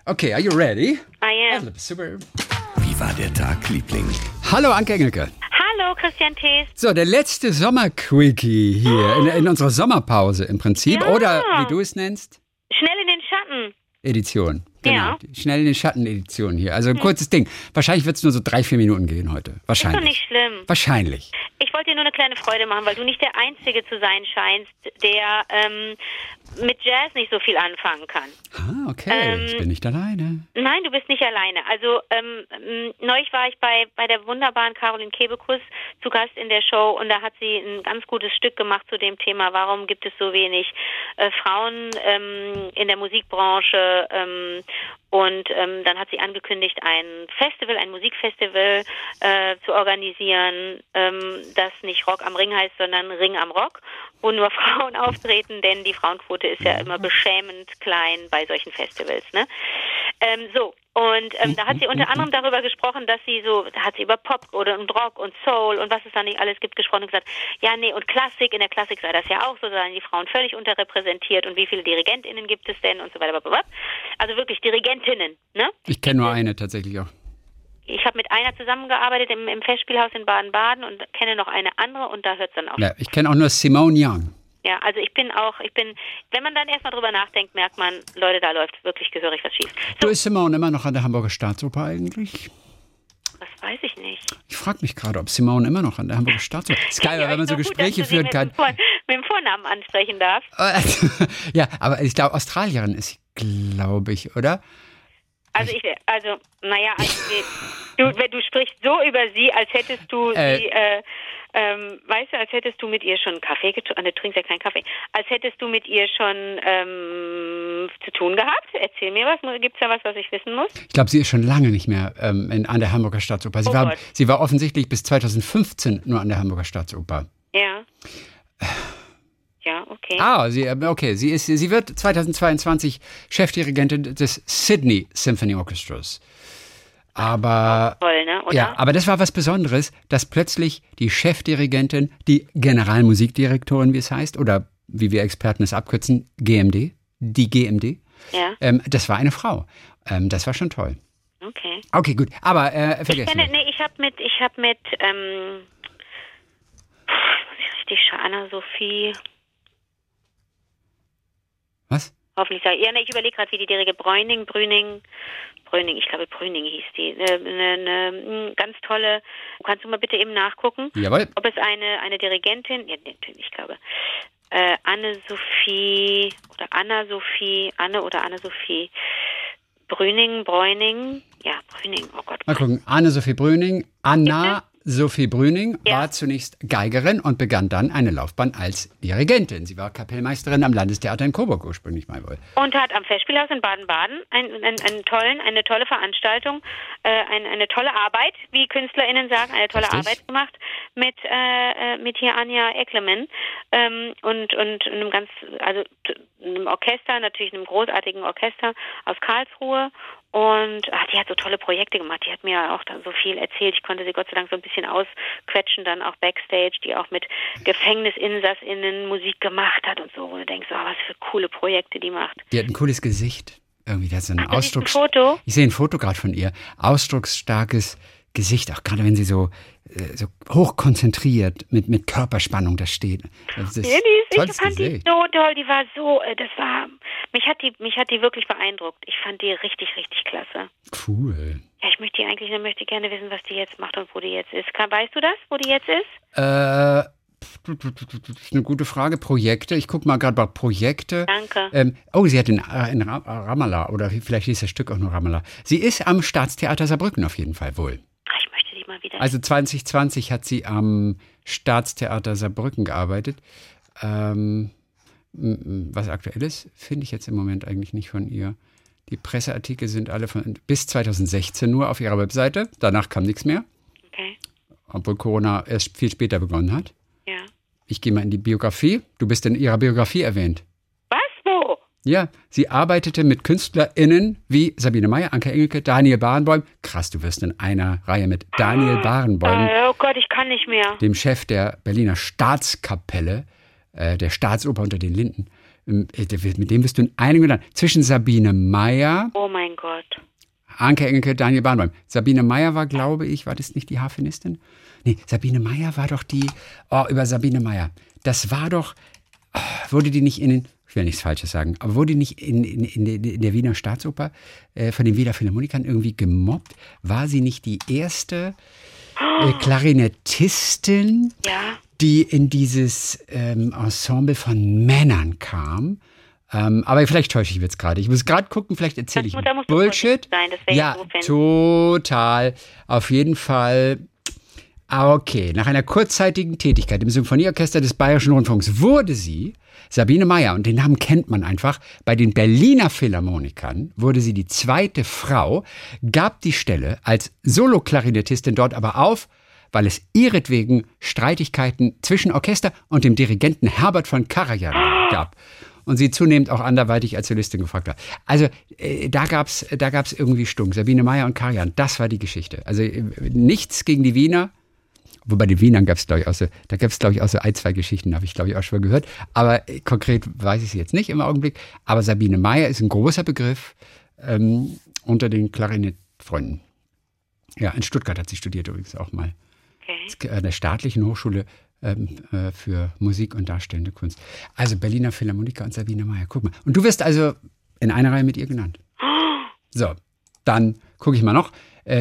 Okay, are you ready? I am. Also, super. Wie war der Tag, Liebling? Hallo, Anke Engelke. Hallo, Christian Thees. So, der letzte Sommerquickie hier in unserer Sommerpause im Prinzip. Ja. Oder, wie du es nennst, Schnell in den Schatten. Edition. Genau. Ja. Die Schnell in den Schatten-Edition hier. Also ein kurzes Ding. Wahrscheinlich wird es nur so 3-4 Minuten gehen heute. Ist Wahrscheinlich. doch nicht schlimm. Wahrscheinlich. Ich wollte dir nur eine kleine Freude machen, weil du nicht der Einzige zu sein scheinst, der mit Jazz nicht so viel anfangen kann. Ah, okay. Ich bin nicht alleine. Nein, du bist nicht alleine. Also neulich war ich bei der wunderbaren Caroline Kebekus zu Gast in der Show und da hat sie ein ganz gutes Stück gemacht zu dem Thema, warum gibt es so wenig Frauen in der Musikbranche. Und dann hat sie angekündigt, ein Musikfestival zu organisieren, das nicht Rock am Ring heißt, sondern Ring am Rock, wo nur Frauen auftreten, denn die Frauenquote ist ja immer beschämend klein bei solchen Festivals, ne? Da hat sie unter anderem darüber gesprochen, da hat sie über Pop und Rock und Soul und was es da nicht alles gibt gesprochen und gesagt, ja, nee, und Klassik, in der Klassik sei das ja auch so, seien die Frauen völlig unterrepräsentiert und wie viele DirigentInnen gibt es denn und so weiter. Also wirklich Dirigentinnen, ne? Ich kenne nur eine tatsächlich auch. Ich habe mit einer zusammengearbeitet im Festspielhaus in Baden-Baden und kenne noch eine andere und da hört es dann auch. Ja, ich kenne auch nur Simone Young. Ja, also ich bin, wenn man dann erstmal drüber nachdenkt, merkt man, Leute, da läuft wirklich gehörig was schief. Du, ist Simone immer noch an der Hamburger Staatsoper eigentlich? Das weiß ich nicht. Ich frage mich gerade, ob Simone immer noch an der Hamburger Staatsoper ist. Geil, wenn man so Gespräche führen kann. Mit dem Vornamen ansprechen darf. Ja, aber ich glaube, Australierin ist sie, glaube ich, oder? Du sprichst so über sie, als hättest du sie, als hättest du mit ihr schon Kaffee getrunken, du trinkst ja keinen Kaffee, als hättest du mit ihr schon zu tun gehabt. Erzähl mir was, gibt's da was ich wissen muss? Ich glaube, sie ist schon lange nicht mehr an der Hamburger Staatsoper. Sie war offensichtlich bis 2015 nur an der Hamburger Staatsoper. Ja. Ja, okay. Sie wird 2022 Chefdirigentin des Sydney Symphony Orchestras. Aber, toll, ne? Oder? Ja, aber das war was Besonderes, dass plötzlich die Chefdirigentin, die Generalmusikdirektorin, wie es heißt, oder wie wir Experten es abkürzen, GMD, die GMD, ja. Das war eine Frau. Das war schon toll. Okay. Okay, gut. Aber vergessen. Ich habe mit Anna-Sophie. Was? Hoffentlich sage ich. Ja, ich überlege gerade, wie die Dirige Brüning, ich glaube Brüning hieß die. Eine ganz tolle. Kannst du mal bitte eben nachgucken? Jawohl. Ob es eine Dirigentin, ja, ich glaube, Anne-Sophie Brüning, ja, Brüning, oh Gott. Mal gucken, Anne-Sophie Brüning, Sophie Brüning war zunächst Geigerin und begann dann eine Laufbahn als Dirigentin. Sie war Kapellmeisterin am Landestheater in Coburg ursprünglich mal wohl. Und hat am Festspielhaus in Baden-Baden eine tolle Veranstaltung, eine tolle Arbeit, wie KünstlerInnen sagen, eine tolle Arbeit gemacht mit hier Anja Ecklemann und einem Orchester, natürlich einem großartigen Orchester aus Karlsruhe. Und die hat so tolle Projekte gemacht. Die hat mir auch dann so viel erzählt. Ich konnte sie Gott sei Dank so ein bisschen ausquetschen, dann auch Backstage, die auch mit GefängnisinsassInnen Musik gemacht hat und so. Wo du denkst, was für coole Projekte die macht. Die hat ein cooles Gesicht. Irgendwie, das ist ein Foto? Ich sehe ein Foto gerade von ihr. Ausdrucksstarkes Gesicht, auch gerade wenn sie so hochkonzentriert mit Körperspannung da steht. Ich fand die so toll, die war so, mich hat die wirklich beeindruckt. Ich fand die richtig, richtig klasse. Cool. Ja, ich möchte gerne wissen, was die jetzt macht und wo die jetzt ist. Weißt du das, wo die jetzt ist? Das ist eine gute Frage. Projekte. Ich gucke mal gerade bei Projekte. Danke. Sie hat in Ramallah, oder vielleicht hieß das Stück auch nur Ramallah. Sie ist am Staatstheater Saarbrücken auf jeden Fall wohl. Ich möchte die mal wieder. Also 2020 hat sie am Staatstheater Saarbrücken gearbeitet. Was aktuell ist, finde ich jetzt im Moment eigentlich nicht von ihr. Die Presseartikel sind alle von bis 2016 nur auf ihrer Webseite. Danach kam nichts mehr. Okay. Obwohl Corona erst viel später begonnen hat. Ja. Ich gehe mal in die Biografie. Du bist in ihrer Biografie erwähnt. Was? Wo? Ja, sie arbeitete mit KünstlerInnen wie Sabine Meyer, Anke Engelke, Daniel Barenboim. Krass, du wirst in einer Reihe mit Daniel Barenboim. Oh Gott, ich kann nicht mehr. Dem Chef der Berliner Staatskapelle, der Staatsoper unter den Linden. Mit dem bist du in einigen Jahren zwischen Sabine Meyer oh mein Gott. Anke Engelke, Daniel Barenboim. Sabine Meyer war, glaube ich, war das nicht die Harfenistin? Nee, Sabine Meyer war doch die, über Sabine Meyer. Das war doch, wurde die nicht ich will nichts Falsches sagen, aber wurde die nicht in der Wiener Staatsoper von den Wiener Philharmonikern irgendwie gemobbt? War sie nicht die erste Klarinettistin, die in dieses Ensemble von Männern kam? Aber vielleicht täusche ich mich jetzt gerade. Ich muss gerade gucken, vielleicht erzähle ich Bullshit. Sein, ja, total. Auf jeden Fall. Okay, nach einer kurzzeitigen Tätigkeit im Symphonieorchester des Bayerischen Rundfunks wurde sie, Sabine Meyer, und den Namen kennt man einfach, bei den Berliner Philharmonikern wurde sie die zweite Frau, gab die Stelle als Solo-Klarinettistin dort aber auf, weil es ihretwegen Streitigkeiten zwischen Orchester und dem Dirigenten Herbert von Karajan gab. Und sie zunehmend auch anderweitig als Solistin gefragt war. Also da gab's irgendwie Stunk. Sabine Meyer und Karajan, das war die Geschichte. Also nichts gegen die Wiener. Wobei den Wienern gab es, glaube ich, auch so ein, zwei Geschichten, habe ich, glaube ich, auch schon mal gehört. Aber konkret weiß ich sie jetzt nicht im Augenblick. Aber Sabine Meyer ist ein großer Begriff unter den Klarinettfreunden. Ja, in Stuttgart hat sie studiert übrigens auch mal. Okay. An der staatlichen Hochschule für Musik und darstellende Kunst. Also Berliner Philharmoniker und Sabine Meyer. Guck mal. Und du wirst also in einer Reihe mit ihr genannt. So, dann gucke ich mal noch.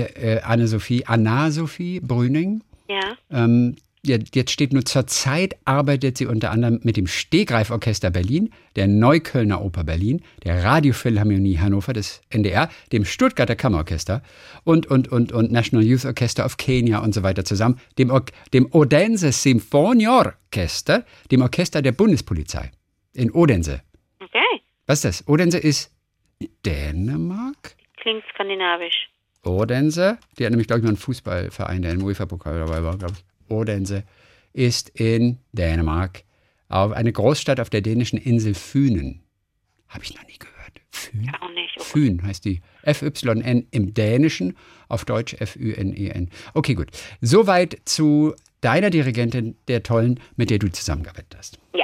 Anna-Sophie Brüning. Ja. Jetzt steht nur, zurzeit arbeitet sie unter anderem mit dem Stegreif-Orchester Berlin, der Neuköllner Oper Berlin, der Radiophilharmonie Hannover des NDR, dem Stuttgarter Kammerorchester und National Youth Orchestra of Kenya und so weiter zusammen, dem Odense Sinfonieorchester, dem Orchester der Bundespolizei in Odense. Okay. Was ist das? Odense ist Dänemark? Klingt skandinavisch. Odense, die hat nämlich, glaube ich, mal einen Fußballverein, der im UEFA-Pokal dabei war, glaube ich. Odense ist in Dänemark, eine Großstadt auf der dänischen Insel Fünen. Habe ich noch nie gehört. Fyn? Ja, auch nicht. Okay. Fyn heißt die. F-Y-N im Dänischen, auf Deutsch F-Ü-N-E-N. Okay, gut. Soweit zu deiner Dirigentin, der tollen, mit der du zusammengearbeitet hast. Ja.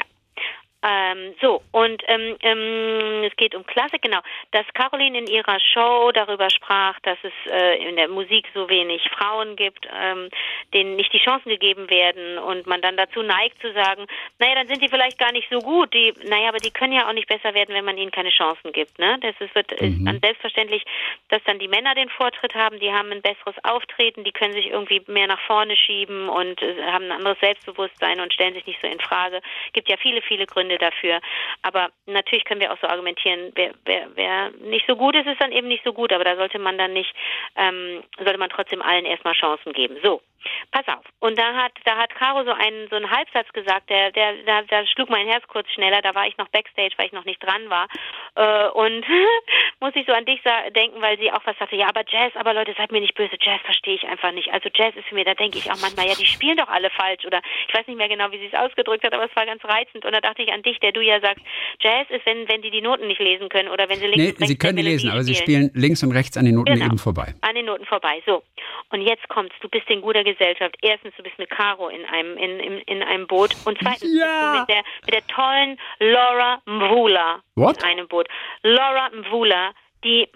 Es geht um Klassik, genau. Dass Caroline in ihrer Show darüber sprach, dass es in der Musik so wenig Frauen gibt, denen nicht die Chancen gegeben werden und man dann dazu neigt zu sagen, naja, dann sind die vielleicht gar nicht so gut. Aber die können ja auch nicht besser werden, wenn man ihnen keine Chancen gibt. Ne? Ist dann selbstverständlich, dass dann die Männer den Vortritt haben, die haben ein besseres Auftreten, die können sich irgendwie mehr nach vorne schieben und haben ein anderes Selbstbewusstsein und stellen sich nicht so in Frage. Gibt ja viele, viele Gründe dafür. Aber natürlich können wir auch so argumentieren, wer nicht so gut ist, ist dann eben nicht so gut. Aber da sollte man dann nicht, sollte man trotzdem allen erstmal Chancen geben. So, pass auf. Und da hat Caro so einen Halbsatz gesagt, da schlug mein Herz kurz schneller. Da war ich noch Backstage, weil ich noch nicht dran war. Und muss ich so an dich denken, weil sie auch was sagte. Ja, aber Jazz, aber Leute, seid mir nicht böse. Jazz verstehe ich einfach nicht. Also Jazz ist für mir, da denke ich auch manchmal, ja, die spielen doch alle falsch. Oder ich weiß nicht mehr genau, wie sie es ausgedrückt hat, aber es war ganz reizend. Und da dachte ich an dich, der du ja sagst, Jazz ist, wenn die Noten nicht lesen können oder wenn sie links und rechts sie können die lesen, aber sie spielen links und rechts an den Noten eben vorbei. An den Noten vorbei. So. Und jetzt kommt's. Du bist in guter Gesellschaft. Erstens, du bist mit Caro in einem Boot. Und zweitens bist du mit der tollen Laura Mvula in einem Boot. Laura Mvula, die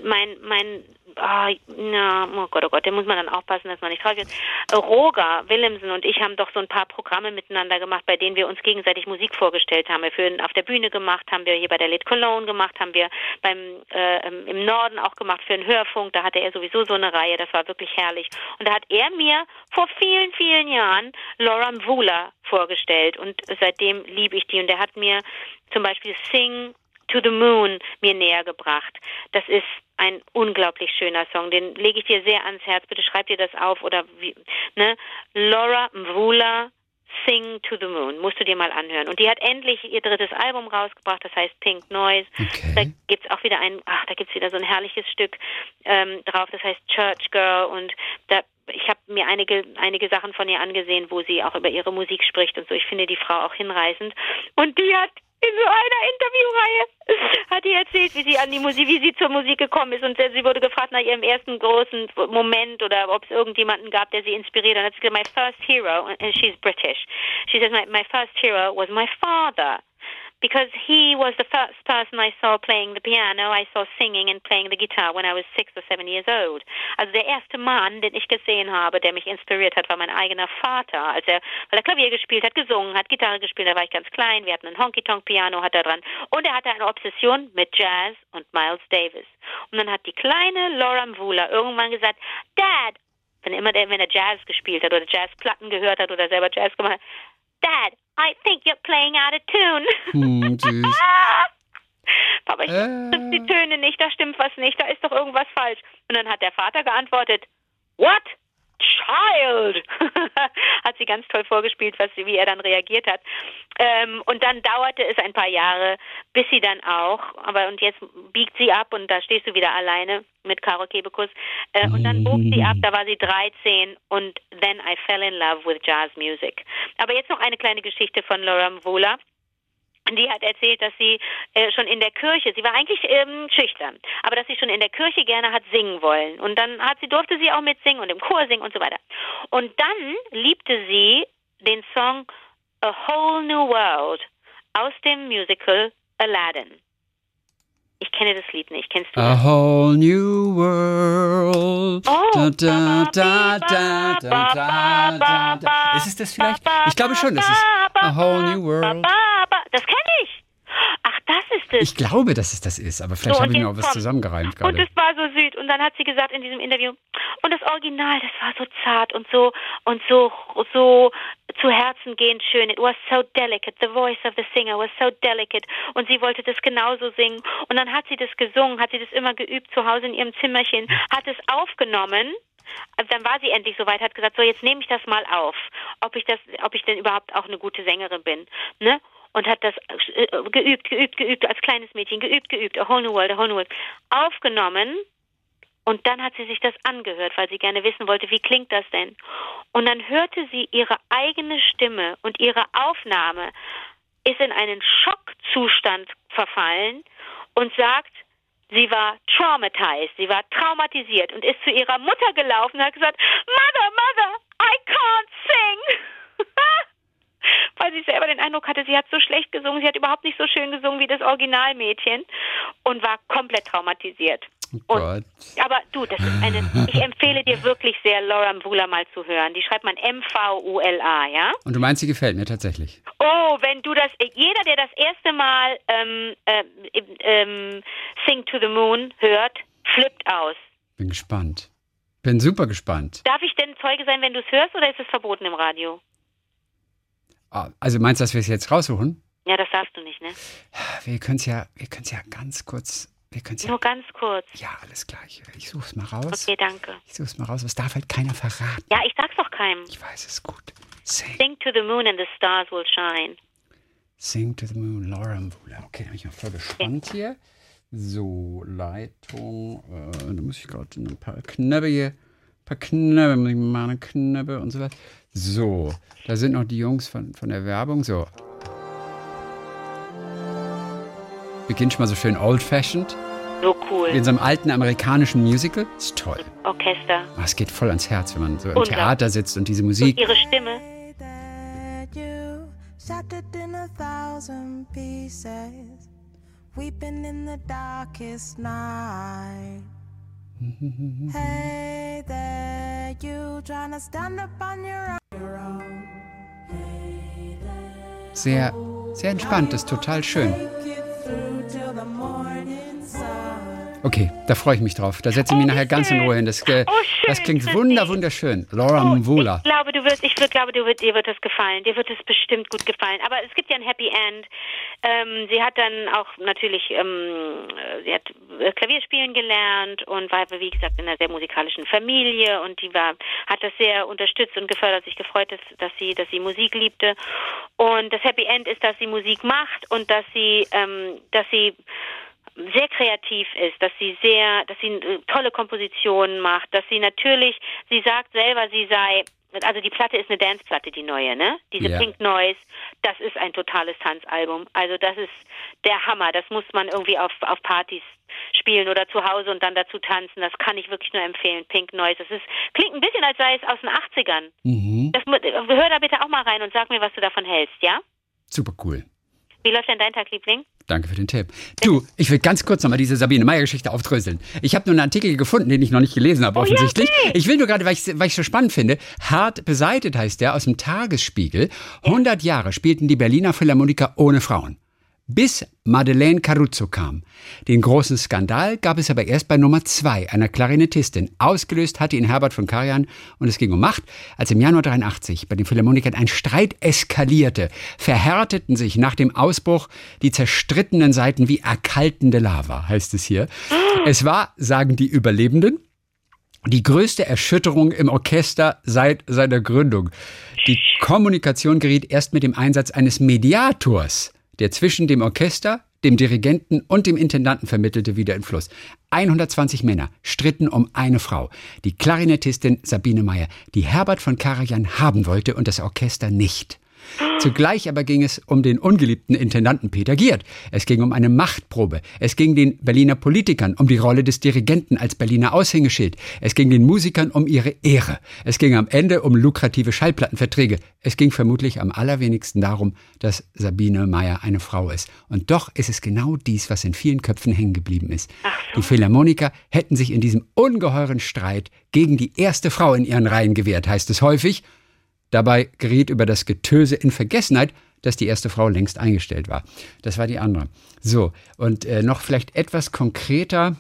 oh Gott, da muss man dann aufpassen, dass man nicht traurig ist. Roger Willemsen und ich haben doch so ein paar Programme miteinander gemacht, bei denen wir uns gegenseitig Musik vorgestellt haben. Wir auf der Bühne gemacht, haben wir hier bei der Lit Cologne gemacht, haben wir im Norden auch gemacht für den Hörfunk. Da hatte er sowieso so eine Reihe, das war wirklich herrlich. Und da hat er mir vor vielen, vielen Jahren Laura Mvula vorgestellt und seitdem liebe ich die. Und er hat mir zum Beispiel Sing to the Moon mir näher gebracht. Das ist ein unglaublich schöner Song, den lege ich dir sehr ans Herz. Bitte schreib dir das auf oder Laura Mvula, Sing to the Moon, musst du dir mal anhören. Und die hat endlich ihr drittes Album rausgebracht, das heißt Pink Noise. Okay. Da gibt's auch wieder wieder so ein herrliches Stück drauf, das heißt Church Girl und ich habe mir einige Sachen von ihr angesehen, wo sie auch über ihre Musik spricht und so. Ich finde die Frau auch hinreißend. Und die hat in so einer Interviewreihe hat die erzählt, wie sie zur Musik gekommen ist und sie wurde gefragt nach ihrem ersten großen Moment oder ob es irgendjemanden gab, der sie inspiriert hat. Und hat sie gesagt, my first hero, and she's British. She says, my first hero was my father. because he was the first person I saw playing the piano, I saw singing and playing the guitar when I was 6 or 7 years old. Also der erste Mann, den ich gesehen habe, der mich inspiriert hat, war mein eigener Vater, weil er Klavier gespielt hat, gesungen hat, Gitarre gespielt, da war ich ganz klein, wir hatten ein Honky-Tonk-Piano, hat er dran, und er hatte eine Obsession mit Jazz und Miles Davis. Und dann hat die kleine Laura Mvula irgendwann gesagt, Dad, wenn er Jazz gespielt hat oder Jazzplatten gehört hat oder selber Jazz gemacht hat, Dad, I think you're playing out of tune. Süß. Papa, ich trifft die Töne nicht, da stimmt was nicht, da ist doch irgendwas falsch. Und dann hat der Vater geantwortet, What? Child! Hat sie ganz toll vorgespielt, wie er dann reagiert hat. Und dann dauerte es ein paar Jahre, bis sie dann auch, und jetzt biegt sie ab und da stehst du wieder alleine mit Caro Kebekus. Und dann bog sie ab, da war sie 13 und then I fell in love with jazz music. Aber jetzt noch eine kleine Geschichte von Laura Mvula. Die hat erzählt, dass sie schon in der Kirche, sie war eigentlich schüchtern, aber dass sie schon in der Kirche gerne hat singen wollen. Und dann durfte sie auch mitsingen und im Chor singen und so weiter. Und dann liebte sie den Song A Whole New World aus dem Musical Aladdin. Ich kenne das Lied nicht. Kennst du das? A Whole New World. Oh. Da, da, da, da, da, da, da. Ist es das vielleicht? Ich glaube schon, das ist A Whole New World. Das kenne ich. Ach, das ist es. Ich glaube, dass es das ist, aber vielleicht habe ich mir auch was zusammengereimt gerade. Und es war so süß. Und dann hat sie gesagt in diesem Interview, und das Original, das war so zart und so zu Herzen gehend schön. It was so delicate. The voice of the singer was so delicate. Und sie wollte das genauso singen. Und dann hat sie das gesungen, hat sie das immer geübt zu Hause in ihrem Zimmerchen, hat es aufgenommen. Also dann war sie endlich soweit, hat gesagt, so jetzt nehme ich das mal auf, ob ich denn überhaupt auch eine gute Sängerin bin, ne? Und hat das geübt, als kleines Mädchen, geübt, A Whole New World, aufgenommen. Und dann hat sie sich das angehört, weil sie gerne wissen wollte, wie klingt das denn? Und dann hörte sie ihre eigene Stimme und ihre Aufnahme ist in einen Schockzustand verfallen und sagt, sie war traumatized, sie war traumatisiert und ist zu ihrer Mutter gelaufen und hat gesagt, Mother, I can't sing. Weil sie selber den Eindruck hatte, sie hat so schlecht gesungen, sie hat überhaupt nicht so schön gesungen wie das Originalmädchen und war komplett traumatisiert. Oh Gott. Aber du, ich empfehle dir wirklich sehr, Laura Mvula mal zu hören. Die schreibt man Mvula, ja? Und du meinst, sie gefällt mir tatsächlich? Oh, wenn du jeder, der das erste Mal Sing to the Moon hört, flippt aus. Bin gespannt. Bin super gespannt. Darf ich denn Zeuge sein, wenn du es hörst, oder ist es verboten im Radio? Also meinst du, dass wir es jetzt raussuchen? Ja, das darfst du nicht, ne? Wir können es ja ganz kurz. Nur ganz kurz. Ja, alles gleich. Ich suche es mal raus. Okay, danke. Ich suche es mal raus. Es darf halt keiner verraten. Ja, ich sag's doch keinem. Ich weiß es gut. Sing to the moon and the stars will shine. Sing to the moon, Laura Mvula. Okay, da bin ich mal voll gespannt hier. So, Leitung. Da muss ich gerade ein paar Knöpfe hier. Muss ich mal eine Knöpfe und so weiter. So, da sind noch die Jungs von der Werbung. So. Beginnt schon mal so schön old-fashioned. So cool. Wie in so einem alten amerikanischen Musical. Ist toll. Orchester. Es geht voll ans Herz, wenn man so im Theater sitzt und diese Musik. Und ihre Stimme. Weeping in the darkest night. Hey there, you trying to stand up on your own. Sehr, sehr entspannt, ist total schön. Okay, da freue ich mich drauf. Da setze ich mich nachher ganz in Ruhe hin. Das klingt wunderschön. Laura Mvula. Ich glaube, dir wird das gefallen. Dir wird es bestimmt gut gefallen. Aber es gibt ja ein Happy End. Sie hat dann auch natürlich, sie hat Klavier spielen gelernt und war, wie gesagt, in einer sehr musikalischen Familie und hat das sehr unterstützt und gefördert, sich gefreut, dass sie Musik liebte. Und das Happy End ist, dass sie Musik macht und dass sie sehr kreativ ist, dass sie tolle Kompositionen macht, dass sie sagt selber, also die Platte ist eine Danceplatte, die neue, ne? Diese Pink Noise, das ist ein totales Tanzalbum. Also das ist der Hammer. Das muss man irgendwie auf Partys spielen oder zu Hause und dann dazu tanzen. Das kann ich wirklich nur empfehlen. Pink Noise. Klingt ein bisschen, als sei es aus den 80ern. Mhm. Hör da bitte auch mal rein und sag mir, was du davon hältst, ja? Super cool. Wie läuft denn dein Tag, Liebling? Danke für den Tipp. Du, ich will ganz kurz nochmal diese Sabine Meyer-Geschichte aufdröseln. Ich habe nur einen Artikel gefunden, den ich noch nicht gelesen habe, offensichtlich. Ja, okay. Ich will nur gerade, weil ich so spannend finde, Hart beseitet heißt der, aus dem Tagesspiegel. 100 Jahre spielten die Berliner Philharmoniker ohne Frauen. Bis Madeleine Caruso kam. Den großen Skandal gab es aber erst bei Nummer 2, einer Klarinettistin. Ausgelöst hatte ihn Herbert von Karajan und es ging um Macht. Als im Januar 83 bei den Philharmonikern ein Streit eskalierte, verhärteten sich nach dem Ausbruch die zerstrittenen Seiten wie erkaltende Lava, heißt es hier. Es war, sagen die Überlebenden, die größte Erschütterung im Orchester seit seiner Gründung. Die Kommunikation geriet erst mit dem Einsatz eines Mediators, der zwischen dem Orchester, dem Dirigenten und dem Intendanten vermittelte, wieder in Fluss. 120 Männer stritten um eine Frau, die Klarinettistin Sabine Meyer, die Herbert von Karajan haben wollte und das Orchester nicht. Zugleich aber ging es um den ungeliebten Intendanten Peter Giert. Es ging um eine Machtprobe. Es ging den Berliner Politikern um die Rolle des Dirigenten als Berliner Aushängeschild. Es ging den Musikern um ihre Ehre. Es ging am Ende um lukrative Schallplattenverträge. Es ging vermutlich am allerwenigsten darum, dass Sabine Meyer eine Frau ist. Und doch ist es genau dies, was in vielen Köpfen hängen geblieben ist. Die Philharmoniker hätten sich in diesem ungeheuren Streit gegen die erste Frau in ihren Reihen gewehrt, heißt es häufig. Dabei geriet über das Getöse in Vergessenheit, dass die erste Frau längst eingestellt war. Das war die andere. So, und noch vielleicht etwas konkreter.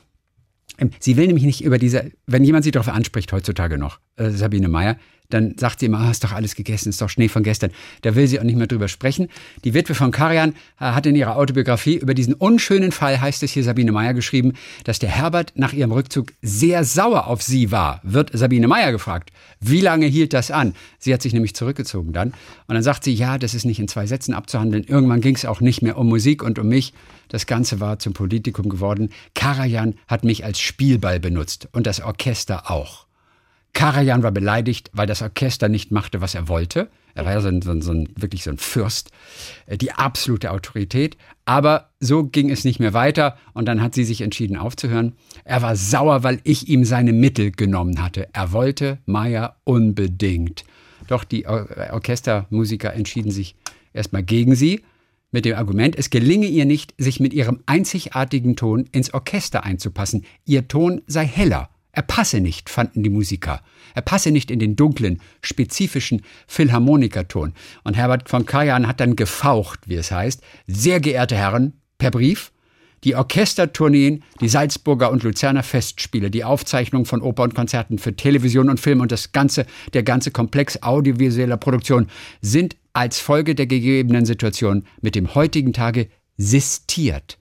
Sie will nämlich nicht über diese, wenn jemand sie darauf anspricht heutzutage noch, Sabine Meyer, dann sagt sie immer, ist doch alles gegessen, ist doch Schnee von gestern. Da will sie auch nicht mehr drüber sprechen. Die Witwe von Karajan hat in ihrer Autobiografie über diesen unschönen Fall, heißt es hier, Sabine Meyer geschrieben, dass der Herbert nach ihrem Rückzug sehr sauer auf sie war. Wird Sabine Meyer gefragt, wie lange hielt das an? Sie hat sich nämlich zurückgezogen dann. Und dann sagt sie, ja, das ist nicht in 2 Sätzen abzuhandeln. Irgendwann ging es auch nicht mehr um Musik und um mich. Das Ganze war zum Politikum geworden. Karajan hat mich als Spielball benutzt und das Orchester auch. Karajan war beleidigt, weil das Orchester nicht machte, was er wollte. Er war ja wirklich so ein Fürst, die absolute Autorität. Aber so ging es nicht mehr weiter und dann hat sie sich entschieden aufzuhören. Er war sauer, weil ich ihm seine Mittel genommen hatte. Er wollte Meyer unbedingt. Doch die Orchestermusiker entschieden sich erstmal gegen sie mit dem Argument, es gelinge ihr nicht, sich mit ihrem einzigartigen Ton ins Orchester einzupassen. Ihr Ton sei heller. Er passe nicht, fanden die Musiker. Er passe nicht in den dunklen, spezifischen Philharmonikerton. Und Herbert von Karajan hat dann gefaucht, wie es heißt, sehr geehrte Herren, per Brief, die Orchestertourneen, die Salzburger und Luzerner Festspiele, die Aufzeichnung von Oper und Konzerten für Television und Film und der ganze Komplex audiovisueller Produktion sind als Folge der gegebenen Situation mit dem heutigen Tage sistiert.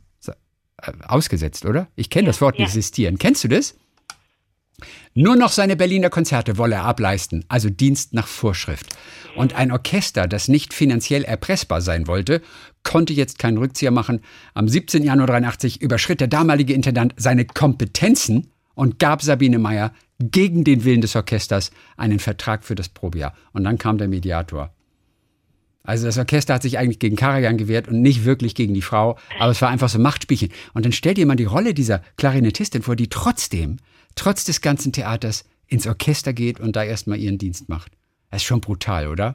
Ausgesetzt, oder? Ich kenne das Wort nicht, sistieren. Kennst du das? Nur noch seine Berliner Konzerte wolle er ableisten, also Dienst nach Vorschrift. Und ein Orchester, das nicht finanziell erpressbar sein wollte, konnte jetzt keinen Rückzieher machen. Am 17. Januar 83 überschritt der damalige Intendant seine Kompetenzen und gab Sabine Meyer gegen den Willen des Orchesters einen Vertrag für das Probejahr. Und dann kam der Mediator. Also das Orchester hat sich eigentlich gegen Karajan gewehrt und nicht wirklich gegen die Frau, aber es war einfach so ein Machtspielchen. Und dann stell dir mal die Rolle dieser Klarinettistin vor, die trotz des ganzen Theaters ins Orchester geht und da erstmal ihren Dienst macht. Das ist schon brutal, oder?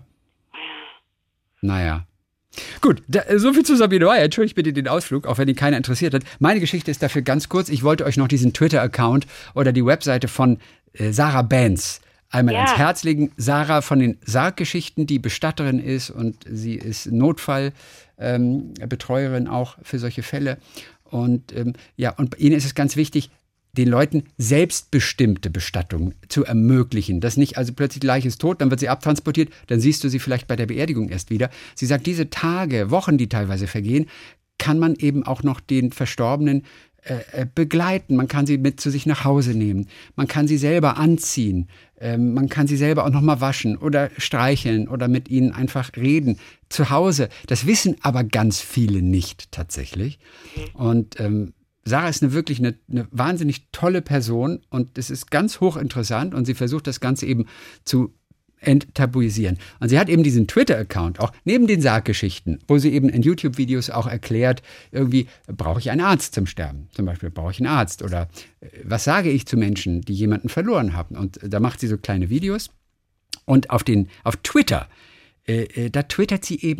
Naja. Gut, so viel zu Sabine Meyer. Entschuldigt bitte den Ausflug, auch wenn ihn keiner interessiert hat. Meine Geschichte ist dafür ganz kurz. Ich wollte euch noch diesen Twitter-Account oder die Webseite von Sarah Benz einmal ans Herz legen. Sarah von den Sarggeschichten, die Bestatterin ist und sie ist Notfallbetreuerin auch für solche Fälle. Und und bei ihnen ist es ganz wichtig, den Leuten selbstbestimmte Bestattungen zu ermöglichen. Das nicht, also plötzlich die Leiche ist tot, dann wird sie abtransportiert, dann siehst du sie vielleicht bei der Beerdigung erst wieder. Sie sagt, diese Tage, Wochen, die teilweise vergehen, kann man eben auch noch den Verstorbenen begleiten. Man kann sie mit zu sich nach Hause nehmen. Man kann sie selber anziehen. Man kann sie selber auch noch mal waschen oder streicheln oder mit ihnen einfach reden. Zu Hause. Das wissen aber ganz viele nicht tatsächlich. Und Sarah ist wirklich eine wahnsinnig tolle Person und es ist ganz hochinteressant und sie versucht das Ganze eben zu enttabuisieren. Und sie hat eben diesen Twitter-Account, auch neben den Sarggeschichten, wo sie eben in YouTube-Videos auch erklärt, irgendwie brauche ich einen Arzt zum Sterben. Zum Beispiel brauche ich einen Arzt oder was sage ich zu Menschen, die jemanden verloren haben. Und da macht sie so kleine Videos und auf Twitter, da twittert sie eben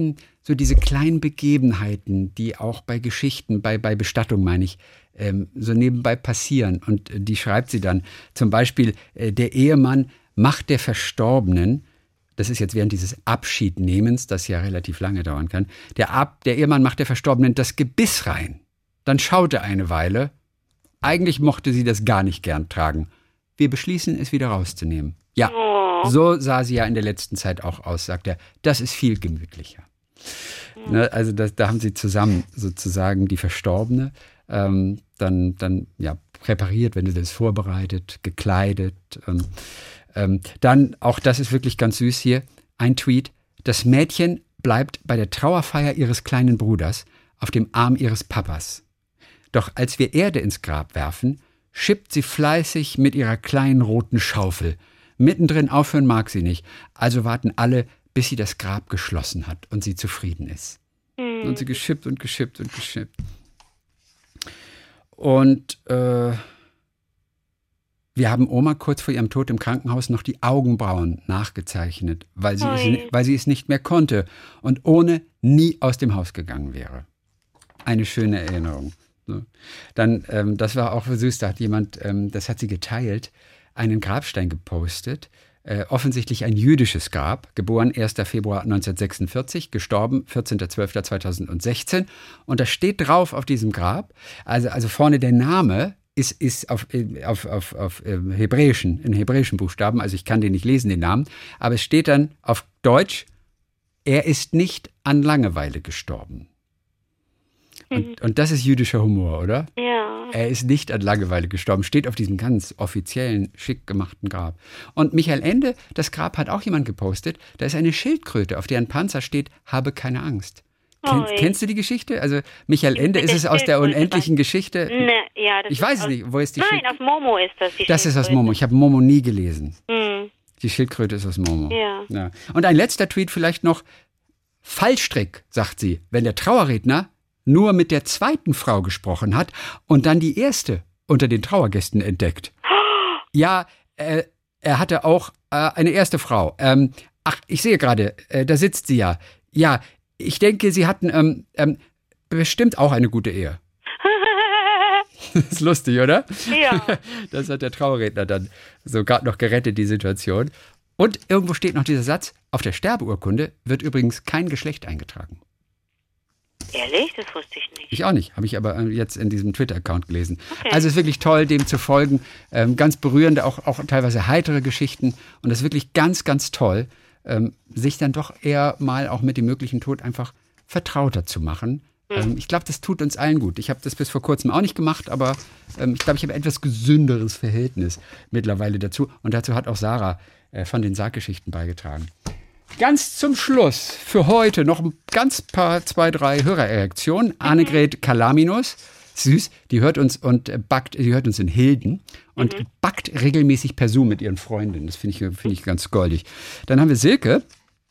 so diese kleinen Begebenheiten, die auch bei Geschichten, bei Bestattung meine ich, so nebenbei passieren. Und die schreibt sie dann. Zum Beispiel, der Ehemann macht der Verstorbenen, das ist jetzt während dieses Abschiednehmens, das ja relativ lange dauern kann, der Ehemann macht der Verstorbenen das Gebiss rein. Dann schaut er eine Weile. Eigentlich mochte sie das gar nicht gern tragen. Wir beschließen, es wieder rauszunehmen. Ja, so sah sie ja in der letzten Zeit auch aus, sagt er. Das ist viel gemütlicher. Ne, also da haben sie zusammen sozusagen die Verstorbene dann präpariert, wenn sie das vorbereitet, gekleidet. Dann, auch das ist wirklich ganz süß hier, ein Tweet. Das Mädchen bleibt bei der Trauerfeier ihres kleinen Bruders auf dem Arm ihres Papas. Doch als wir Erde ins Grab werfen, schippt sie fleißig mit ihrer kleinen roten Schaufel. Mittendrin aufhören mag sie nicht. Also warten alle, bis sie das Grab geschlossen hat und sie zufrieden ist. Und sie geschippt und geschippt und geschippt. Und wir haben Oma kurz vor ihrem Tod im Krankenhaus noch die Augenbrauen nachgezeichnet, weil sie es nicht mehr konnte und ohne nie aus dem Haus gegangen wäre. Eine schöne Erinnerung. So. Dann, das war auch süß, da hat jemand, das hat sie geteilt, einen Grabstein gepostet, offensichtlich ein jüdisches Grab, geboren 1. Februar 1946, gestorben 14.12.2016. Und da steht drauf auf diesem Grab, also vorne der Name ist auf hebräischen, in hebräischen Buchstaben, also ich kann den nicht lesen, den Namen, aber es steht dann auf Deutsch, er ist nicht an Langeweile gestorben. Und das ist jüdischer Humor, oder? Ja. Er ist nicht an Langeweile gestorben, steht auf diesem ganz offiziellen, schick gemachten Grab. Und Michael Ende, das Grab hat auch jemand gepostet, da ist eine Schildkröte, auf deren Panzer steht, habe keine Angst. Kennst du die Geschichte? Also Michael Ende, ist es aus der unendlichen Geschichte? Ne, ja, das ich weiß es nicht, wo ist die Nein, aus Momo ist das die Das ist aus Momo, ich habe Momo nie gelesen. Hm. Die Schildkröte ist aus Momo. Ja. Und ein letzter Tweet vielleicht noch, Fallstrick, sagt sie, wenn der Trauerredner nur mit der zweiten Frau gesprochen hat und dann die erste unter den Trauergästen entdeckt. Ja, er hatte auch eine erste Frau. Ich sehe gerade, da sitzt sie ja. Ja, ich denke, sie hatten bestimmt auch eine gute Ehe. Ist lustig, oder? Ja. Das hat der Trauerredner dann sogar noch gerettet, die Situation. Und irgendwo steht noch dieser Satz, auf der Sterbeurkunde wird übrigens kein Geschlecht eingetragen. Ehrlich? Das wusste ich nicht. Ich auch nicht, habe ich aber jetzt in diesem Twitter-Account gelesen. Okay. Also es ist wirklich toll, dem zu folgen. Ganz berührende, auch teilweise heitere Geschichten. Und das ist wirklich ganz, ganz toll, sich dann doch eher mal auch mit dem möglichen Tod einfach vertrauter zu machen. Ich glaube, das tut uns allen gut. Ich habe das bis vor kurzem auch nicht gemacht, aber ich glaube, ich habe ein etwas gesünderes Verhältnis mittlerweile dazu. Und dazu hat auch Sarah von den Sarggeschichten beigetragen. Ganz zum Schluss für heute noch ein ganz paar, 2, 3 Hörerreaktionen. Annegret Kalaminus, süß, die hört uns in Hilden und backt regelmäßig per Zoom mit ihren Freundinnen. Das finde ich ganz goldig. Dann haben wir Silke,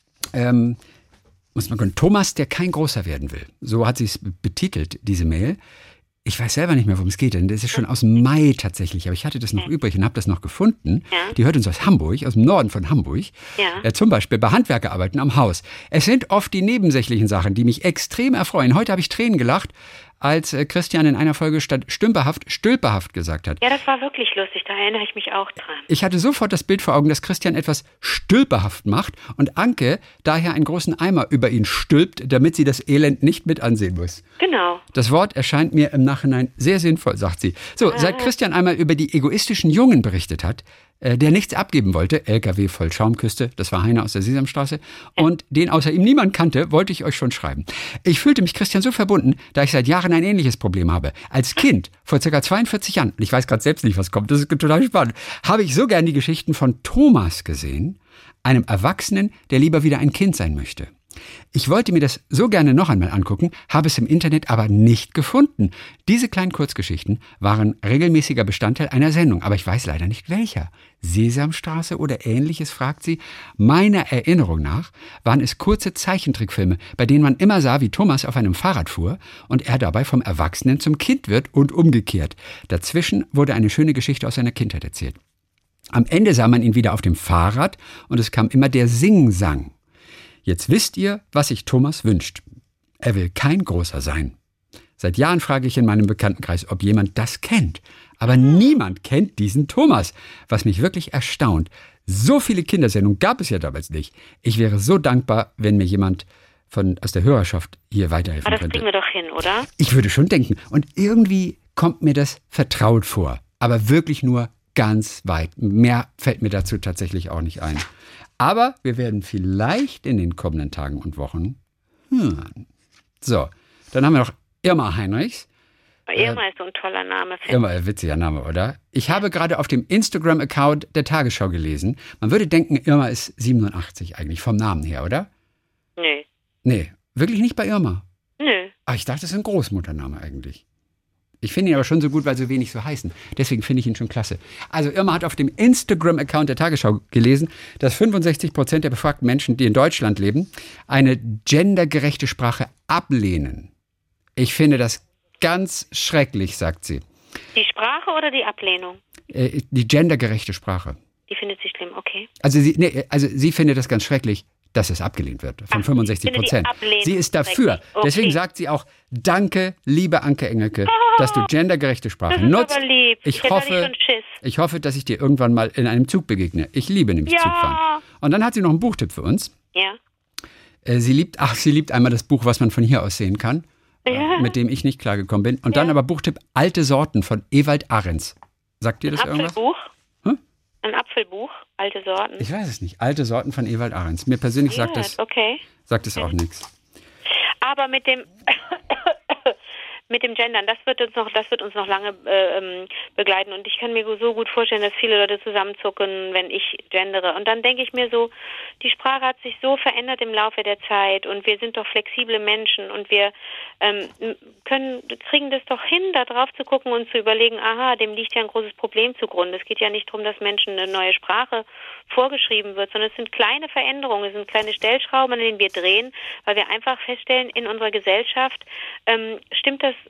muss man sagen, Thomas, der kein Großer werden will. So hat sie es betitelt, diese Mail. Ich weiß selber nicht mehr, worum es geht, denn das ist schon aus dem Mai tatsächlich, aber ich hatte das noch übrig und habe das noch gefunden. Ja. Die hört uns aus Hamburg, aus dem Norden von Hamburg. Ja. Zum Beispiel bei Handwerkerarbeiten am Haus. Es sind oft die nebensächlichen Sachen, die mich extrem erfreuen. Heute habe ich Tränen gelacht, als Christian in einer Folge statt stülperhaft gesagt hat. Ja, das war wirklich lustig, da erinnere ich mich auch dran. Ich hatte sofort das Bild vor Augen, dass Christian etwas stülperhaft macht und Anke daher einen großen Eimer über ihn stülpt, damit sie das Elend nicht mit ansehen muss. Genau. Das Wort erscheint mir im Nachhinein sehr sinnvoll, sagt sie. So, seit Christian einmal über die egoistischen Jungen berichtet hat, der nichts abgeben wollte, LKW voll Schaumküste, das war Heiner aus der Sesamstraße, und den außer ihm niemand kannte, wollte ich euch schon schreiben. Ich fühlte mich Christian so verbunden, da ich seit Jahren ein ähnliches Problem habe. Als Kind, vor ca. 42 Jahren, und ich weiß gerade selbst nicht, was kommt, das ist total spannend, habe ich so gern die Geschichten von Thomas gesehen, einem Erwachsenen, der lieber wieder ein Kind sein möchte. Ich wollte mir das so gerne noch einmal angucken, habe es im Internet aber nicht gefunden. Diese kleinen Kurzgeschichten waren regelmäßiger Bestandteil einer Sendung, aber ich weiß leider nicht welcher. Sesamstraße oder ähnliches, fragt sie. Meiner Erinnerung nach waren es kurze Zeichentrickfilme, bei denen man immer sah, wie Thomas auf einem Fahrrad fuhr und er dabei vom Erwachsenen zum Kind wird und umgekehrt. Dazwischen wurde eine schöne Geschichte aus seiner Kindheit erzählt. Am Ende sah man ihn wieder auf dem Fahrrad und es kam immer der Singsang. Jetzt wisst ihr, was sich Thomas wünscht. Er will kein Großer sein. Seit Jahren frage ich in meinem Bekanntenkreis, ob jemand das kennt. Aber niemand kennt diesen Thomas, was mich wirklich erstaunt. So viele Kindersendungen gab es ja damals nicht. Ich wäre so dankbar, wenn mir jemand aus der Hörerschaft hier weiterhelfen Aber das könnte. kriegen wir doch hin, oder? Ich würde schon denken. Und irgendwie kommt mir das vertraut vor. Aber wirklich nur ganz weit. Mehr fällt mir dazu tatsächlich auch nicht ein. Aber wir werden vielleicht in den kommenden Tagen und Wochen hören. So, dann haben wir noch Irma Heinrichs. Irma ist so ein toller Name. Irma, ein witziger Name, oder? Ich habe gerade auf dem Instagram-Account der Tagesschau gelesen. Man würde denken, Irma ist 87 eigentlich, vom Namen her, oder? Nö. Nee, wirklich nicht bei Irma. Nö. Aber ich dachte, das ist ein Großmuttername eigentlich. Ich finde ihn aber schon so gut, weil so wenig so heißen. Deswegen finde ich ihn schon klasse. Also Irma hat auf dem Instagram-Account der Tagesschau gelesen, dass 65% der befragten Menschen, die in Deutschland leben, eine gendergerechte Sprache ablehnen. Ich finde das ganz schrecklich, sagt sie. Die Sprache oder die Ablehnung? Die gendergerechte Sprache. Die findet sie schlimm, okay. Also sie findet das ganz schrecklich, dass es abgelehnt wird von 65%. Sie ist dafür. Okay. Deswegen sagt sie auch, danke, liebe Anke Engelke, dass du gendergerechte Sprache Das ist nutzt. aber lieb. Ich Jetzt hatte ich schon Schiss. hoffe, dass ich dir irgendwann mal in einem Zug begegne. Ich liebe nämlich Zugfahren. Und dann hat sie noch einen Buchtipp für uns. Ja. Sie liebt einmal das Buch, was man von hier aus sehen kann, mit dem ich nicht klargekommen bin. Und dann aber Buchtipp Alte Sorten von Ewald Ahrens. Sagt dir das irgendwas? Apfelbuch? Ein Apfelbuch, alte Sorten. Ich weiß es nicht. Alte Sorten von Ewald Ahrens. Mir persönlich sagt es auch nichts. Aber mit dem Gendern, das wird uns noch lange begleiten. Und ich kann mir so gut vorstellen, dass viele Leute zusammenzucken, wenn ich gendere. Und dann denke ich mir so, die Sprache hat sich so verändert im Laufe der Zeit und wir sind doch flexible Menschen und wir kriegen das doch hin, da drauf zu gucken und zu überlegen, aha, dem liegt ja ein großes Problem zugrunde. Es geht ja nicht darum, dass Menschen eine neue Sprache vorgeschrieben wird, sondern es sind kleine Veränderungen, es sind kleine Stellschrauben, an denen wir drehen, weil wir einfach feststellen, in unserer Gesellschaft stimmt das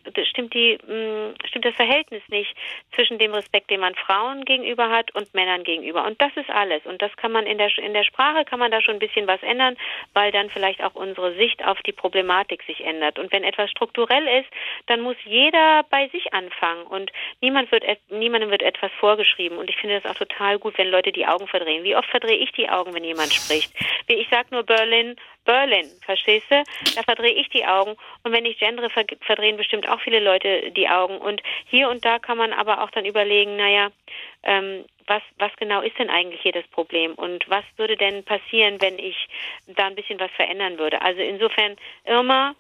Verhältnis nicht zwischen dem Respekt, den man Frauen gegenüber hat und Männern gegenüber. Und das ist alles. Und das kann man in der Sprache kann man da schon ein bisschen was ändern, weil dann vielleicht auch unsere Sicht auf die Problematik sich ändert. Und wenn etwas strukturell ist, dann muss jeder bei sich anfangen und niemandem wird etwas vorgeschrieben. Und ich finde das auch total gut, wenn Leute die Augen verdrehen. Wie oft verdrehe ich die Augen, wenn jemand spricht? Ich sage nur Berlin, verstehst du? Da verdrehe ich die Augen. Und wenn ich gendere, verdrehen bestimmt auch viele Leute die Augen. Und hier und da kann man aber auch dann überlegen, was genau ist denn eigentlich hier das Problem? Und was würde denn passieren, wenn ich da ein bisschen was verändern würde? Also insofern, Irma,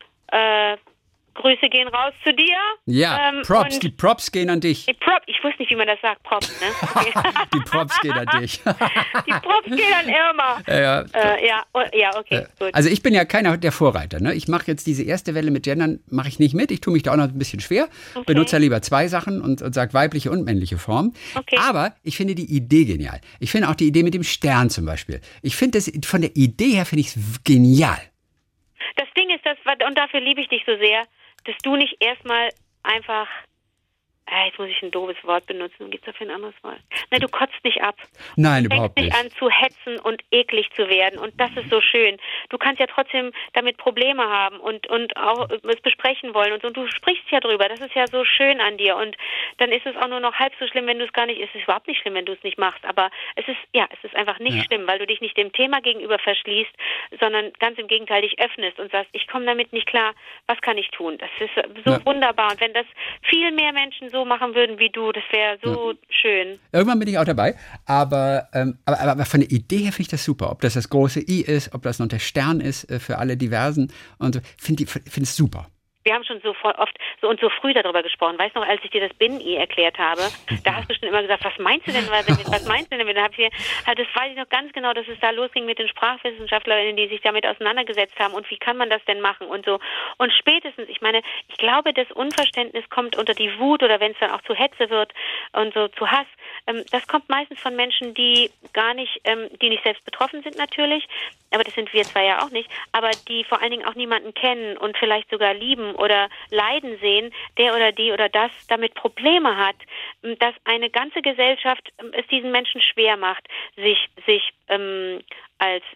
Grüße gehen raus zu dir. Ja, die Props gehen an dich. Ich wusste nicht, wie man das sagt, Props, ne? Okay. Die Props gehen an dich. Die Props gehen an Irma. Okay, gut. Also ich bin ja keiner der Vorreiter. Ne? Ich mache jetzt diese erste Welle mit Gendern, mache ich nicht mit. Ich tue mich da auch noch ein bisschen schwer. Okay. Benutze ja lieber zwei Sachen und sage weibliche und männliche Form. Okay. Aber ich finde die Idee genial. Ich finde auch die Idee mit dem Stern zum Beispiel. Ich finde das, von der Idee her finde ich es genial. Das Ding ist, und dafür liebe ich dich so sehr, dass du nicht erstmal einfach, jetzt muss ich ein doofes Wort benutzen, gibt es dafür ein anderes Wort? Nein, du kotzt nicht ab. Nein, überhaupt nicht. Du fängst nicht an zu hetzen und eklig zu werden und das ist so schön. Du kannst ja trotzdem damit Probleme haben und auch es besprechen wollen und so. Und du sprichst ja drüber, das ist ja so schön an dir und dann ist es auch nur noch halb so schlimm, wenn du es gar nicht, es ist überhaupt nicht schlimm, wenn du es nicht machst, aber es ist einfach nicht schlimm, weil du dich nicht dem Thema gegenüber verschließt, sondern ganz im Gegenteil dich öffnest und sagst, ich komme damit nicht klar, was kann ich tun? Das ist so wunderbar und wenn das viel mehr Menschen so machen würden wie du, das wäre so schön. Irgendwann bin ich auch dabei, aber von der Idee her finde ich das super. Ob das große I ist, ob das noch der Stern ist für alle Diversen und so, finde es super. Wir haben schon so oft so früh darüber gesprochen. Weißt du noch, als ich dir das Binnen-I erklärt habe, da hast du schon immer gesagt, was meinst du denn? Was meinst du denn? Das weiß ich noch ganz genau, dass es da losging mit den Sprachwissenschaftlerinnen, die sich damit auseinandergesetzt haben und wie kann man das denn machen und so. Und spätestens, ich glaube, das Unverständnis kommt unter die Wut oder wenn es dann auch zu Hetze wird und so zu Hass. Das kommt meistens von Menschen, die die nicht selbst betroffen sind natürlich, aber das sind wir zwar ja auch nicht, aber die vor allen Dingen auch niemanden kennen und vielleicht sogar lieben oder leiden sehen, der oder die oder das damit Probleme hat, dass eine ganze Gesellschaft es diesen Menschen schwer macht, sich als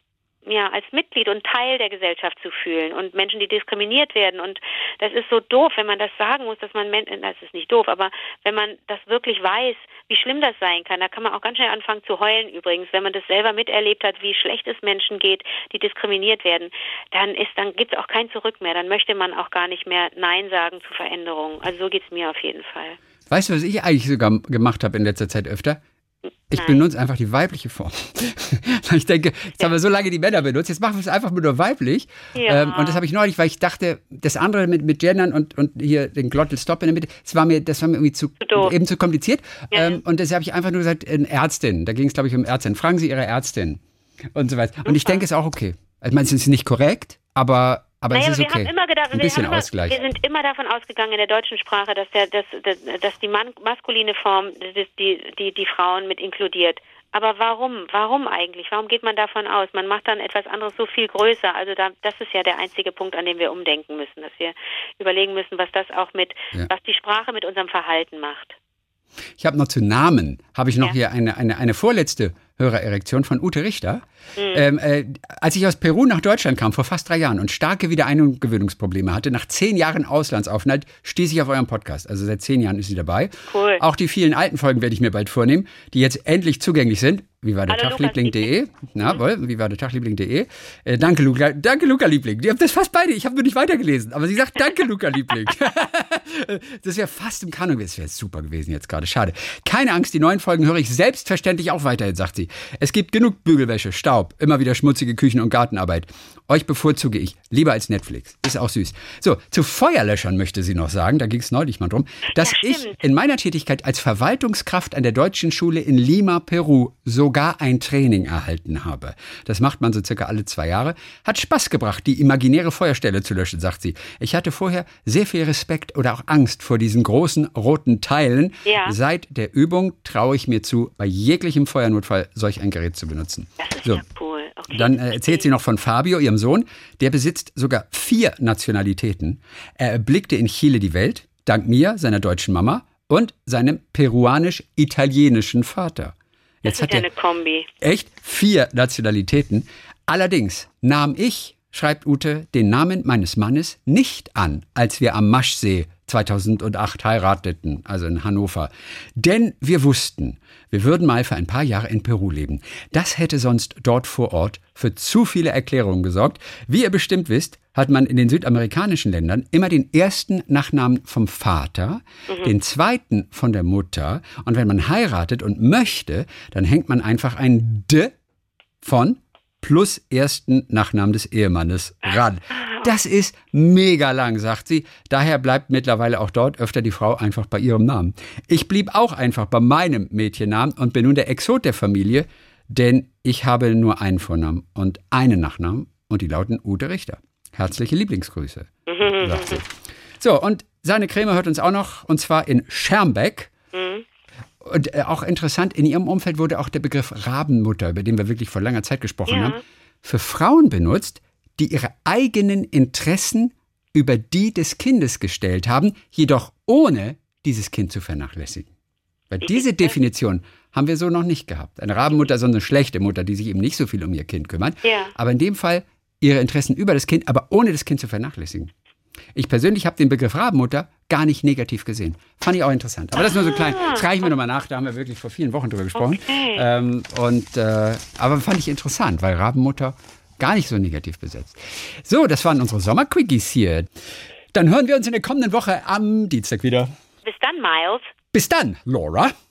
als Mitglied und Teil der Gesellschaft zu fühlen und Menschen, die diskriminiert werden. Und das ist so doof, wenn man das sagen muss, dass man, das ist nicht doof, aber wenn man das wirklich weiß, wie schlimm das sein kann, da kann man auch ganz schnell anfangen zu heulen übrigens, wenn man das selber miterlebt hat, wie schlecht es Menschen geht, die diskriminiert werden, dann gibt es auch kein Zurück mehr. Dann möchte man auch gar nicht mehr Nein sagen zu Veränderungen. Also so geht es mir auf jeden Fall. Weißt du, was ich eigentlich sogar gemacht habe in letzter Zeit öfter? Ich benutze einfach die weibliche Form. Ich denke, jetzt haben wir so lange die Männer benutzt, jetzt machen wir es einfach nur weiblich. Ja. Und das habe ich neulich, weil ich dachte, das andere mit Gendern und hier den Glottal-Stop in der Mitte, das war mir irgendwie zu kompliziert. Ja. Und deshalb habe ich einfach nur gesagt, Ärztin. Da ging es, glaube ich, um Ärztin. Fragen Sie Ihre Ärztin. Und so weiter. Und ich denke, es ist auch okay. Ich meine, es ist nicht korrekt, aber es ist okay. Ein bisschen Ausgleich. Wir sind immer davon ausgegangen in der deutschen Sprache, dass die maskuline Form die Frauen mit inkludiert. Aber warum? Warum eigentlich? Warum geht man davon aus? Man macht dann etwas anderes so viel größer. Also das ist ja der einzige Punkt, an dem wir umdenken müssen, dass wir überlegen müssen, was das auch was die Sprache mit unserem Verhalten macht. Ich habe noch zu Namen, habe ich noch hier eine vorletzte Hörererektion von Ute Richter. Als ich aus Peru nach Deutschland kam, vor fast 3 Jahren und starke Wiedereingewöhnungsprobleme hatte, nach 10 Jahren Auslandsaufenthalt, stieß ich auf euren Podcast. Also seit 10 Jahren ist sie dabei. Cool. Auch die vielen alten Folgen werde ich mir bald vornehmen, die jetzt endlich zugänglich sind. Wie war der Tagliebling.de? Jawohl, wie war der Tagliebling.de? Danke, Luca Liebling. Ihr habt das fast beide. Ich habe nur nicht weitergelesen. Aber sie sagt, danke, Luca Liebling. Das wäre fast im Kanon. Das wäre super gewesen jetzt gerade. Schade. Keine Angst, die neuen Folgen höre ich selbstverständlich auch weiterhin, sagt sie. Es gibt genug Bügelwäsche, Staub, immer wieder schmutzige Küchen- und Gartenarbeit. Euch bevorzuge ich lieber als Netflix. Ist auch süß. So, zu Feuerlöschern möchte sie noch sagen, da ging es neulich mal drum, dass ich in meiner Tätigkeit als Verwaltungskraft an der Deutschen Schule in Lima, Peru, sogar ein Training erhalten habe. Das macht man so circa alle 2 Jahre. Hat Spaß gebracht, die imaginäre Feuerstelle zu löschen, sagt sie. Ich hatte vorher sehr viel Respekt oder auch Angst vor diesen großen roten Teilen. Ja. Seit der Übung traue ich mir zu, bei jeglichem Feuernotfall solch ein Gerät zu benutzen. Das ist so. ja cool. Okay. Dann erzählt sie noch von Fabio, ihrem Sohn. Der besitzt sogar 4 Nationalitäten. Er erblickte in Chile die Welt, dank mir, seiner deutschen Mama und seinem peruanisch-italienischen Vater. Jetzt hat er eine Kombi. Echt 4 Nationalitäten. Allerdings nahm ich, schreibt Ute, den Namen meines Mannes nicht an, als wir am Maschsee 2008 heirateten, also in Hannover. Denn wir wussten, wir würden mal für ein paar Jahre in Peru leben. Das hätte sonst dort vor Ort für zu viele Erklärungen gesorgt. Wie ihr bestimmt wisst, hat man in den südamerikanischen Ländern immer den ersten Nachnamen vom Vater, den zweiten von der Mutter. Und wenn man heiratet und möchte, dann hängt man einfach ein D von plus ersten Nachnamen des Ehemannes ran. Das ist mega lang, sagt sie. Daher bleibt mittlerweile auch dort öfter die Frau einfach bei ihrem Namen. Ich blieb auch einfach bei meinem Mädchennamen und bin nun der Exot der Familie, denn ich habe nur einen Vornamen und einen Nachnamen und die lauten Ute Richter. Herzliche Lieblingsgrüße, sagt sie. So, und seine Creme hört uns auch noch, und zwar in Schermbeck. Und auch interessant, in ihrem Umfeld wurde auch der Begriff Rabenmutter, über den wir wirklich vor langer Zeit gesprochen haben, für Frauen benutzt, die ihre eigenen Interessen über die des Kindes gestellt haben, jedoch ohne dieses Kind zu vernachlässigen. Weil diese Definition haben wir so noch nicht gehabt. Eine Rabenmutter ist so eine schlechte Mutter, die sich eben nicht so viel um ihr Kind kümmert. Ja. Aber in dem Fall ihre Interessen über das Kind, aber ohne das Kind zu vernachlässigen. Ich persönlich habe den Begriff Rabenmutter gar nicht negativ gesehen. Fand ich auch interessant. Aber das ist nur so klein. Das reichen wir nochmal nach. Da haben wir wirklich vor vielen Wochen drüber gesprochen. Okay. Aber fand ich interessant, weil Rabenmutter gar nicht so negativ besetzt. So, das waren unsere Sommerquickies hier. Dann hören wir uns in der kommenden Woche am Dienstag wieder. Bis dann, Miles. Bis dann, Laura.